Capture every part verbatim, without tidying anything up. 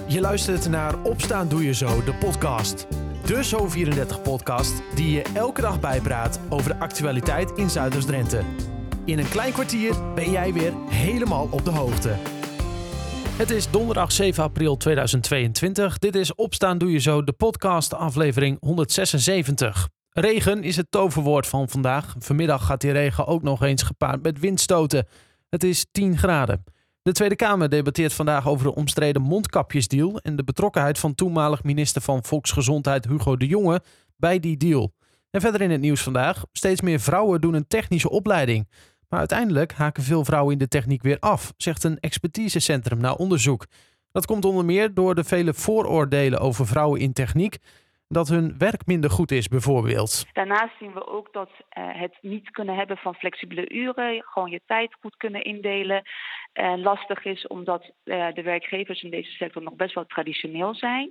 Je luistert naar Opstaan Doe Je Zo, de podcast. De Zo vierendertig podcast die je elke dag bijpraat over de actualiteit in Zuidoost-Drenthe. In een klein kwartier ben jij weer helemaal op de hoogte. Het is donderdag zeven april tweeduizend tweeëntwintig. Dit is Opstaan Doe Je Zo, de podcast aflevering honderdzesenzeventig. Regen is het toverwoord van vandaag. Vanmiddag gaat die regen ook nog eens gepaard met windstoten. Het is tien graden. De Tweede Kamer debatteert vandaag over de omstreden mondkapjesdeal en de betrokkenheid van toenmalig minister van Volksgezondheid Hugo de Jonge bij die deal. En verder in het nieuws vandaag, steeds meer vrouwen doen een technische opleiding. Maar uiteindelijk haken veel vrouwen in de techniek weer af, zegt een expertisecentrum na onderzoek. Dat komt onder meer door de vele vooroordelen over vrouwen in techniek, dat hun werk minder goed is bijvoorbeeld. Daarnaast zien we ook dat uh, het niet kunnen hebben van flexibele uren, gewoon je tijd goed kunnen indelen, uh, lastig is omdat uh, de werkgevers in deze sector nog best wel traditioneel zijn.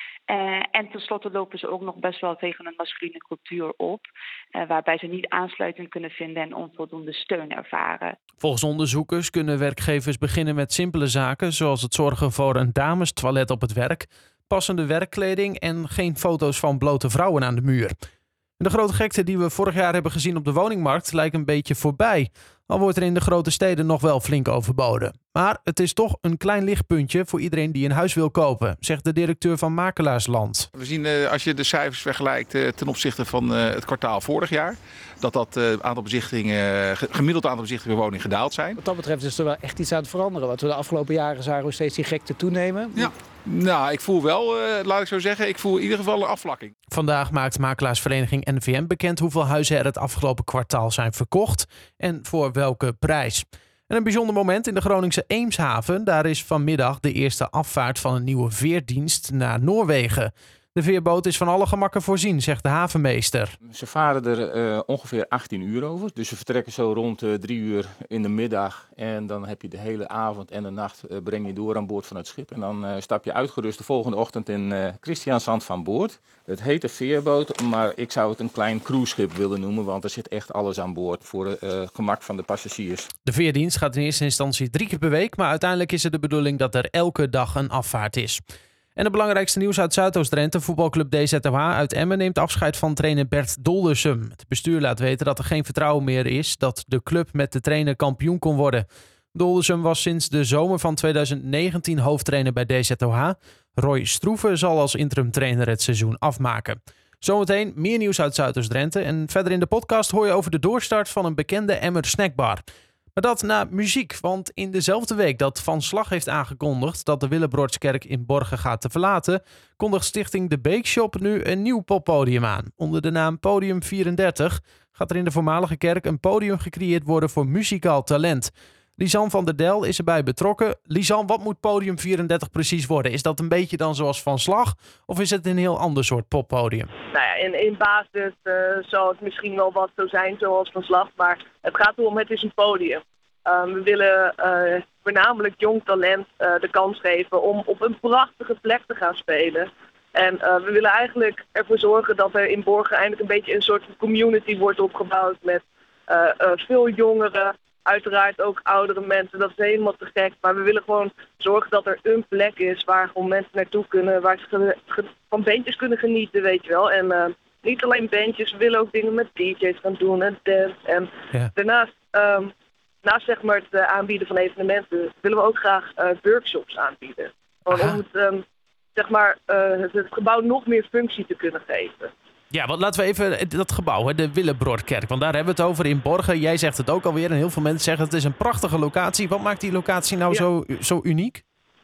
Uh, en tenslotte lopen ze ook nog best wel tegen een masculine cultuur op, uh, waarbij ze niet aansluiting kunnen vinden en onvoldoende steun ervaren. Volgens onderzoekers kunnen werkgevers beginnen met simpele zaken, zoals het zorgen voor een damestoilet op het werk, passende werkkleding en geen foto's van blote vrouwen aan de muur. En de grote gekte die we vorig jaar hebben gezien op de woningmarkt lijkt een beetje voorbij. Al wordt er in de grote steden nog wel flink overboden. Maar het is toch een klein lichtpuntje voor iedereen die een huis wil kopen, zegt de directeur van Makelaarsland. We zien uh, als je de cijfers vergelijkt uh, ten opzichte van uh, het kwartaal vorig jaar, dat dat uh, aantal bezichtigingen, gemiddeld aantal bezichtigingen per woning gedaald zijn. Wat dat betreft is er wel echt iets aan het veranderen. Want we de afgelopen jaren zagen we steeds die gekte toenemen. Ja. Nou, ik voel wel, uh, laat ik zo zeggen, ik voel in ieder geval een afvlakking. Vandaag maakt makelaarsvereniging N V M bekend hoeveel huizen er het afgelopen kwartaal zijn verkocht en voor welke prijs. En een bijzonder moment in de Groningse Eemshaven. Daar is vanmiddag de eerste afvaart van een nieuwe veerdienst naar Noorwegen. De veerboot is van alle gemakken voorzien, zegt de havenmeester. Ze varen er uh, ongeveer achttien uur over. Dus ze vertrekken zo rond uh, drie uur in de middag. En dan heb je de hele avond en de nacht uh, breng je door aan boord van het schip. En dan uh, stap je uitgerust de volgende ochtend in uh, Christiansand van boord. Het heet een veerboot, maar ik zou het een klein cruiseschip willen noemen. Want er zit echt alles aan boord voor het uh, gemak van de passagiers. De veerdienst gaat in eerste instantie drie keer per week. Maar uiteindelijk is het de bedoeling dat er elke dag een afvaart is. En het belangrijkste nieuws uit Zuidoost-Drenthe. Voetbalclub D Z O H uit Emmen neemt afscheid van trainer Bert Doldersum. Het bestuur laat weten dat er geen vertrouwen meer is dat de club met de trainer kampioen kon worden. Doldersum was sinds de zomer van tweeduizend negentien hoofdtrainer bij D Z O H. Roy Stroeven zal als interimtrainer het seizoen afmaken. Zometeen meer nieuws uit Zuidoost-Drenthe. En verder in de podcast hoor je over de doorstart van een bekende Emmer snackbar. Maar dat na muziek, want in dezelfde week dat Van Slag heeft aangekondigd dat de Willebroordskerk in Borgen gaat te verlaten, kondigt stichting De Beekshop nu een nieuw poppodium aan. Onder de naam Podium vierendertig gaat er in de voormalige kerk een podium gecreëerd worden voor muzikaal talent. Lisanne van der Del is erbij betrokken. Lisanne, wat moet Podium vierendertig precies worden? Is dat een beetje dan zoals Van Slag of is het een heel ander soort poppodium? Nou ja, in, in basis uh, zal het misschien wel wat zo zijn zoals Van Slag, maar het gaat erom, het is een podium. Um, we willen uh, voornamelijk jong talent uh, de kans geven om op een prachtige plek te gaan spelen. En uh, we willen eigenlijk ervoor zorgen dat er in Borgen eindelijk een beetje een soort community wordt opgebouwd met uh, uh, veel jongeren. Uiteraard ook oudere mensen, dat is helemaal te gek. Maar we willen gewoon zorgen dat er een plek is waar gewoon mensen naartoe kunnen, waar ze ge- ge- van bandjes kunnen genieten, weet je wel. En uh, niet alleen bandjes, we willen ook dingen met D J's gaan doen en dance. En ja. daarnaast, um, naast zeg maar, het uh, aanbieden van evenementen, willen we ook graag uh, workshops aanbieden. Gewoon om het, um, zeg maar, uh, het, het gebouw nog meer functie te kunnen geven. Ja, want laten we even dat gebouw, hè, de Willebroordkerk, want daar hebben we het over in Borgen. Jij zegt het ook alweer en heel veel mensen zeggen het is een prachtige locatie. Wat maakt die locatie nou ja. zo, zo uniek?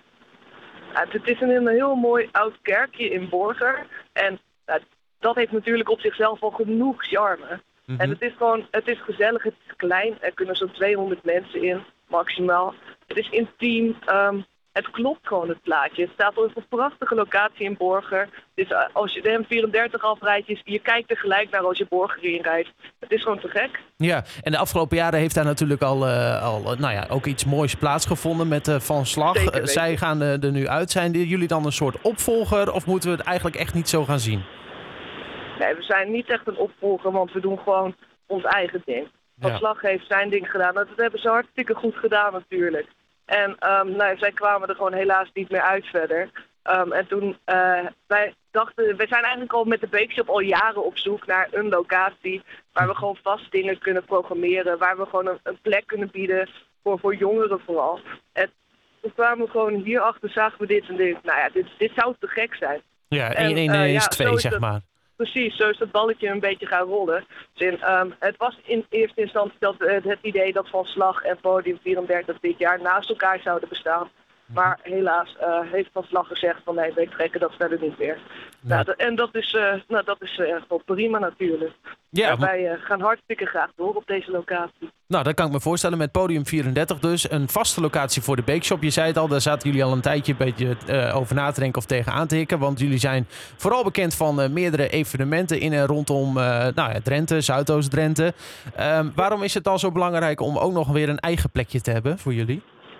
Ja, het is een, een heel mooi oud kerkje in Borgen. En ja, dat heeft natuurlijk op zichzelf al genoeg charme. Mm-hmm. En het is gewoon, het is gezellig, het is klein. Er kunnen zo'n tweehonderd mensen in, maximaal. Het is intiem. Um, Het klopt gewoon, het plaatje. Het staat op een prachtige locatie in Borger. Dus als je de M vierendertig afrijdt, je, je kijkt er gelijk naar als je Borger inrijdt. Het is gewoon te gek. Ja, en de afgelopen jaren heeft daar natuurlijk al, uh, al nou ja, ook iets moois plaatsgevonden met uh, Van Slag. Zeker, uh, zij gaan uh, er nu uit. Zijn jullie dan een soort opvolger of moeten we het eigenlijk echt niet zo gaan zien? Nee, we zijn niet echt een opvolger, want we doen gewoon ons eigen ding. Van ja. Slag heeft zijn ding gedaan. Dat hebben ze hartstikke goed gedaan natuurlijk. En um, nou, zij kwamen er gewoon helaas niet meer uit verder. Um, en toen, uh, wij dachten, wij zijn eigenlijk al met de Bakeshop al jaren op zoek naar een locatie waar we gewoon vast dingen kunnen programmeren, waar we gewoon een, een plek kunnen bieden voor, voor jongeren vooral. En toen kwamen we gewoon hierachter, zagen we dit en dit. Nou ja, dit, dit zou te gek zijn. Ja, één één uh, is ja, twee, zeg het, maar. Precies, zo is dat balletje een beetje gaan rollen. Dus in, um, het was in eerste instantie dat, uh, het idee dat Van Slag en Podium vierendertig dit jaar naast elkaar zouden bestaan. Maar helaas uh, heeft Van Slag gezegd van nee, wij trekken dat verder niet meer. Nee. Nou, d- en dat is, uh, nou, dat is uh, wel prima natuurlijk. Ja, maar... Wij uh, gaan hartstikke graag door op deze locatie. Nou, dat kan ik me voorstellen met Podium vierendertig dus. Een vaste locatie voor de Bakeshop. Je zei het al, daar zaten jullie al een tijdje een beetje uh, over na te denken of tegenaan te hikken. Want jullie zijn vooral bekend van uh, meerdere evenementen in en rondom uh, nou ja, Drenthe, Zuidoost-Drenthe. Um, waarom is het dan zo belangrijk om ook nog weer een eigen plekje te hebben voor jullie?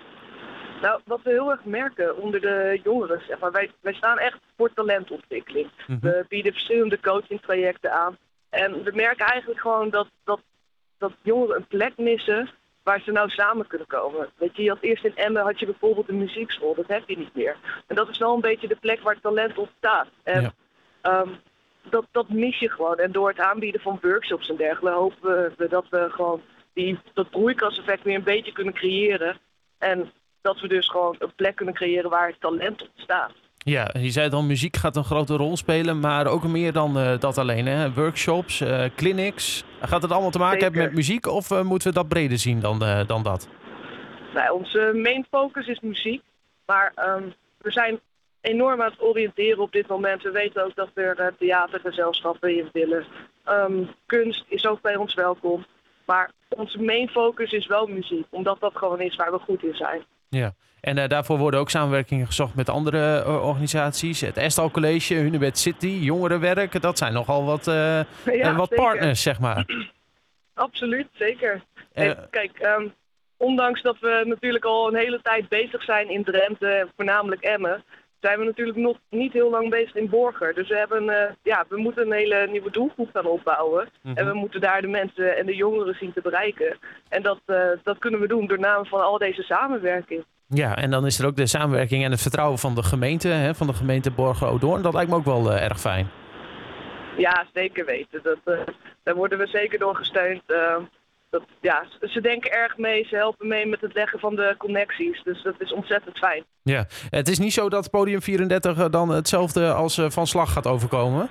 Nou, wat we heel erg merken onder de jongeren, zeg maar, wij, wij staan echt voor talentontwikkeling. Mm-hmm. We bieden verschillende coachingtrajecten aan. En we merken eigenlijk gewoon dat, dat, dat jongeren een plek missen waar ze nou samen kunnen komen. Weet je, je had eerst in Emmen had je bijvoorbeeld een muziekschool, dat heb je niet meer. En dat is wel een beetje de plek waar talent ontstaat. En ja. um, dat, dat mis je gewoon. En door het aanbieden van workshops en dergelijke hopen we dat we gewoon die, dat broeikaseffect weer een beetje kunnen creëren. En dat we dus gewoon een plek kunnen creëren waar het talent ontstaat. Ja, je zei het al, muziek gaat een grote rol spelen, maar ook meer dan uh, dat alleen. Hè? Workshops, uh, clinics. Gaat het allemaal te maken Zeker. hebben met muziek of uh, moeten we dat breder zien dan, uh, dan dat? Nou, onze main focus is muziek, maar um, we zijn enorm aan het oriënteren op dit moment. We weten ook dat er uh, theatergezelschappen in willen. Um, kunst is ook bij ons welkom, maar onze main focus is wel muziek, omdat dat gewoon is waar we goed in zijn. Ja, en uh, daarvoor worden ook samenwerkingen gezocht met andere uh, organisaties. Het Estal College, Hunebed City, Jongerenwerk. Dat zijn nogal wat, uh, ja, uh, wat partners, zeg maar. Absoluut, zeker. Uh, hey, kijk, um, ondanks dat we natuurlijk al een hele tijd bezig zijn in Drenthe, voornamelijk Emmen, zijn we natuurlijk nog niet heel lang bezig in Borger. Dus we, hebben, uh, ja, we moeten een hele nieuwe doelgroep gaan opbouwen. Mm-hmm. En we moeten daar de mensen en de jongeren zien te bereiken. En dat, uh, dat kunnen we doen door naam van al deze samenwerking. Ja, en dan is er ook de samenwerking en het vertrouwen van de gemeente, hè, van de gemeente Borger-Odoorn. Dat lijkt me ook wel uh, erg fijn. Ja, zeker weten. Dat, uh, daar worden we zeker door gesteund. Uh, dat, ja, ze denken erg mee, ze helpen mee met het leggen van de connecties. Dus dat is ontzettend fijn. Ja, het is niet zo dat Podium vierendertig dan hetzelfde als uh, Van Slag gaat overkomen?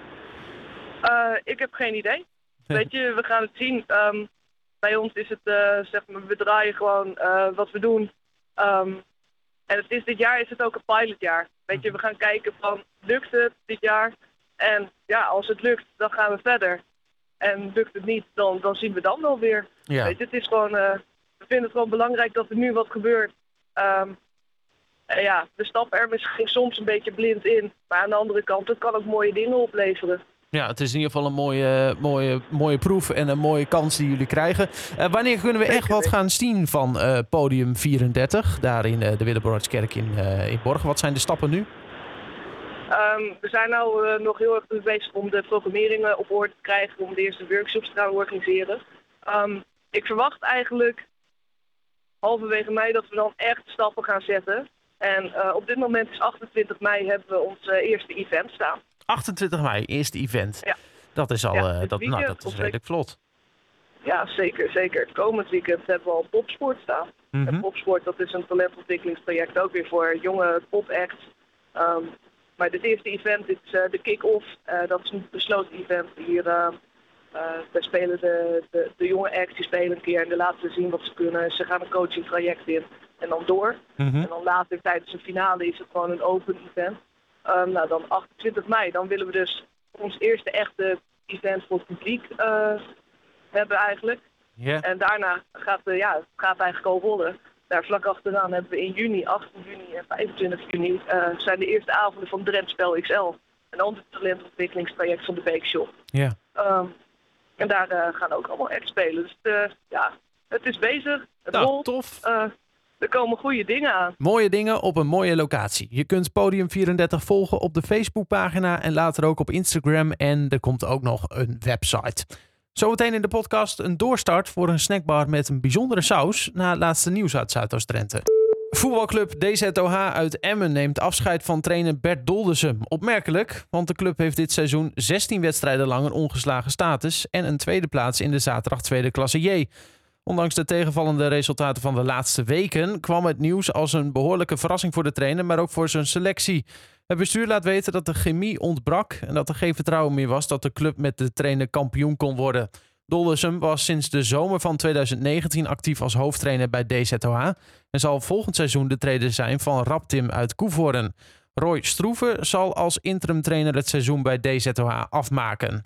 Uh, ik heb geen idee. Weet je, we gaan het zien. Um, bij ons is het, uh, zeg maar, we draaien gewoon uh, wat we doen. Um, en het is, dit jaar is het ook een pilotjaar. Weet je, we gaan kijken van, lukt het dit jaar? En ja, als het lukt, dan gaan we verder. En lukt het niet, dan, dan zien we dan wel weer. Ja. Weet je, het is gewoon, uh, we vinden het gewoon belangrijk dat er nu wat gebeurt. Um, en ja, we stappen er misschien soms een beetje blind in. Maar aan de andere kant, het kan ook mooie dingen opleveren. Ja, het is in ieder geval een mooie, mooie, mooie proef en een mooie kans die jullie krijgen. Uh, wanneer kunnen we echt wat gaan zien van uh, Podium vierendertig, daar in uh, de Willebroordskerk in, uh, in Borgen? Wat zijn de stappen nu? Um, we zijn nou uh, nog heel erg bezig om de programmeringen op orde te krijgen, om de eerste workshops te gaan organiseren. Um, ik verwacht eigenlijk halverwege mei dat we dan echt stappen gaan zetten. En uh, op dit moment is achtentwintig mei hebben we ons uh, eerste event staan. achtentwintig mei, eerste event. Ja. Dat is al ja, uh, dat, weekend, nou, dat is redelijk vlot. Ja, zeker, zeker. Komend weekend hebben we al Popsport staan. Mm-hmm. En Popsport, dat is een talentontwikkelingstraject ook weer voor jonge popacts. Um, maar dit eerste event is uh, de kick-off. Uh, dat is een besloten event. Hier uh, uh, wij spelen de, de, de jonge acts, die spelen een keer en dan laten ze zien wat ze kunnen. Ze gaan een coachingtraject in en dan door. Mm-hmm. En dan later tijdens een finale is het gewoon een open event. Um, nou, dan achtentwintig mei, dan willen we dus ons eerste echte event voor het publiek uh, hebben eigenlijk. Yeah. En daarna gaat, uh, ja, het gaat eigenlijk al rollen. Daar vlak achteraan hebben we in juni, achttien juni en vijfentwintig juni uh, zijn de eerste avonden van Drentspel X L. Een ander talentontwikkelingstraject van de Bakeshop. Yeah. Um, en daar uh, gaan ook allemaal acts spelen. Dus uh, ja, het is bezig. Het nou, rolt. Tof. Uh, Er komen goede dingen aan. Mooie dingen op een mooie locatie. Je kunt Podium vierendertig volgen op de Facebookpagina en later ook op Instagram. En er komt ook nog een website. Zometeen in de podcast een doorstart voor een snackbar met een bijzondere saus na het laatste nieuws uit Zuidoost-Drenthe. Voetbalclub D Z O H uit Emmen neemt afscheid van trainer Bert Doldersen. Opmerkelijk, want de club heeft dit seizoen zestien wedstrijden lang een ongeslagen status en een tweede plaats in de zaterdag tweede klasse J. Ondanks de tegenvallende resultaten van de laatste weken kwam het nieuws als een behoorlijke verrassing voor de trainer, maar ook voor zijn selectie. Het bestuur laat weten dat de chemie ontbrak en dat er geen vertrouwen meer was dat de club met de trainer kampioen kon worden. Doldersen was sinds de zomer van twintig negentien actief als hoofdtrainer bij D Z O H en zal volgend seizoen de trainer zijn van Raptim uit Koevoorden. Roy Stroeven zal als interimtrainer het seizoen bij D Z O H afmaken.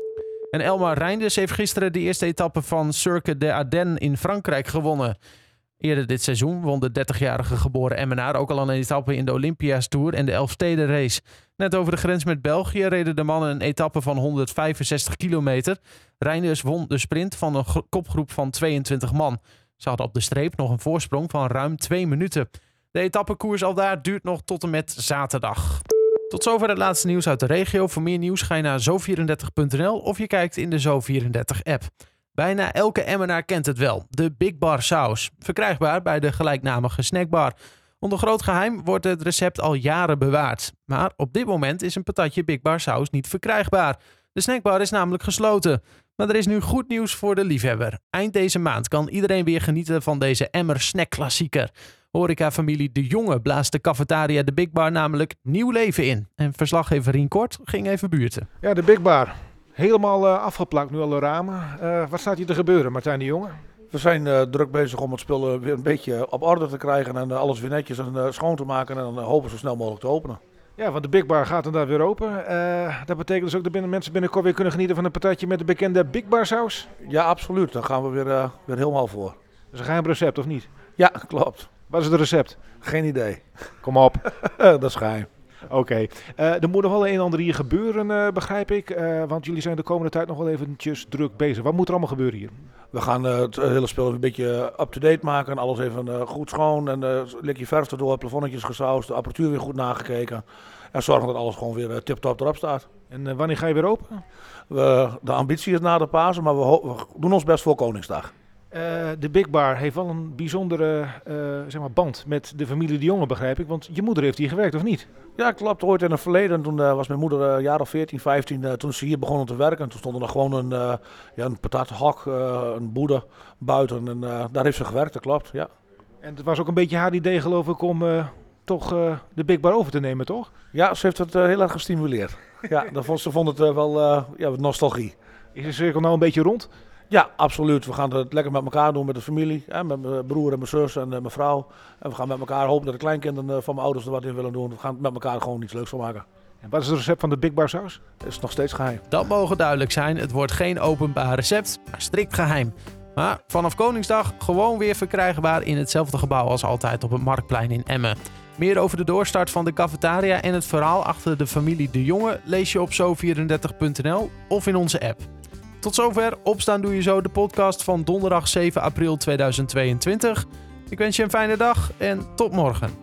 En Elmar Reinders heeft gisteren de eerste etappe van Cirque des Ardennes in Frankrijk gewonnen. Eerder dit seizoen won de dertigjarige geboren Emmenaar ook al een etappe in de Olympia's Tour en de Elfstedenrace. Net over de grens met België reden de mannen een etappe van honderdvijfenzestig kilometer. Reinders won de sprint van een kopgroep van tweeëntwintig man. Ze hadden op de streep nog een voorsprong van ruim twee minuten. De etappekoers aldaar duurt nog tot en met zaterdag. Tot zover het laatste nieuws uit de regio. Voor meer nieuws ga je naar zo vierendertig punt n l of je kijkt in de Zo vierendertig app. Bijna elke Emmenaar kent het wel, de Big Bar saus. Verkrijgbaar bij de gelijknamige snackbar. Onder groot geheim wordt het recept al jaren bewaard. Maar op dit moment is een patatje Big Bar saus niet verkrijgbaar. De snackbar is namelijk gesloten. Maar er is nu goed nieuws voor de liefhebber. Eind deze maand kan iedereen weer genieten van deze Emmer snackklassieker. Horecafamilie De Jonge blaast de cafetaria de Big Bar namelijk nieuw leven in. En verslaggever Rien Kort ging even buurten. Ja, de Big Bar. Helemaal uh, afgeplakt, nu al de ramen. Uh, wat staat hier te gebeuren, Martijn de Jonge? We zijn uh, druk bezig om het spul uh, weer een beetje op orde te krijgen en uh, alles weer netjes en uh, schoon te maken en dan uh, hopen zo snel mogelijk te openen. Ja, want de Big Bar gaat inderdaad weer open. Uh, dat betekent dus ook dat binnen, mensen binnenkort weer kunnen genieten van een patatje met de bekende Big Bar saus? Ja, absoluut. Daar gaan we weer, uh, weer helemaal voor. Dat is een geheim recept, of niet? Ja, klopt. Wat is het recept? Geen idee. Kom op. Dat is geheim. Oké, okay. uh, er moet nog wel een en ander hier gebeuren, uh, begrijp ik. Uh, want jullie zijn de komende tijd nog wel eventjes druk bezig. Wat moet er allemaal gebeuren hier? We gaan uh, het hele spel een beetje up-to-date maken. Alles even uh, goed schoon. En uh, likje verf erdoor, plafonnetjes gesausd, de apparatuur weer goed nagekeken. En zorgen dat alles gewoon weer uh, tip-top erop staat. En uh, wanneer ga je weer open? We, de ambitie is na de Pasen, maar we, ho- we doen ons best voor Koningsdag. Uh, de Big Bar heeft wel een bijzondere uh, zeg maar band met de familie De Jonge, begrijp ik. Want je moeder heeft hier gewerkt, of niet? Ja, klopt. Ooit in het verleden, toen uh, was mijn moeder een uh, jaar of veertien, vijftien, uh, toen is ze hier begonnen te werken. Toen stond er gewoon een, uh, ja, een patathok, uh, een boede buiten. En uh, daar heeft ze gewerkt, dat klopt, ja. En het was ook een beetje haar idee, geloof ik, om uh, toch uh, de Big Bar over te nemen, toch? Ja, ze heeft het uh, heel erg gestimuleerd. Ja, dat vond, ze vond het uh, wel uh, ja, nostalgie. Is de cirkel nou een beetje rond? Ja, absoluut. We gaan het lekker met elkaar doen met de familie. Hè, met mijn broer en mijn zus en uh, mijn vrouw. En we gaan met elkaar hopen dat de kleinkinderen uh, van mijn ouders er wat in willen doen. We gaan met elkaar gewoon iets leuks van maken. En wat is het recept van de Big Bar saus? Dat is nog steeds geheim. Dat mogen duidelijk zijn. Het wordt geen openbaar recept, maar strikt geheim. Maar vanaf Koningsdag gewoon weer verkrijgbaar in hetzelfde gebouw als altijd op het Marktplein in Emmen. Meer over de doorstart van de cafetaria en het verhaal achter de familie De Jonge lees je op zo vierendertig punt n l of in onze app. Tot zover Opstaan Doe Je Zo, de podcast van donderdag zeven april tweeduizend tweeëntwintig. Ik wens je een fijne dag en tot morgen.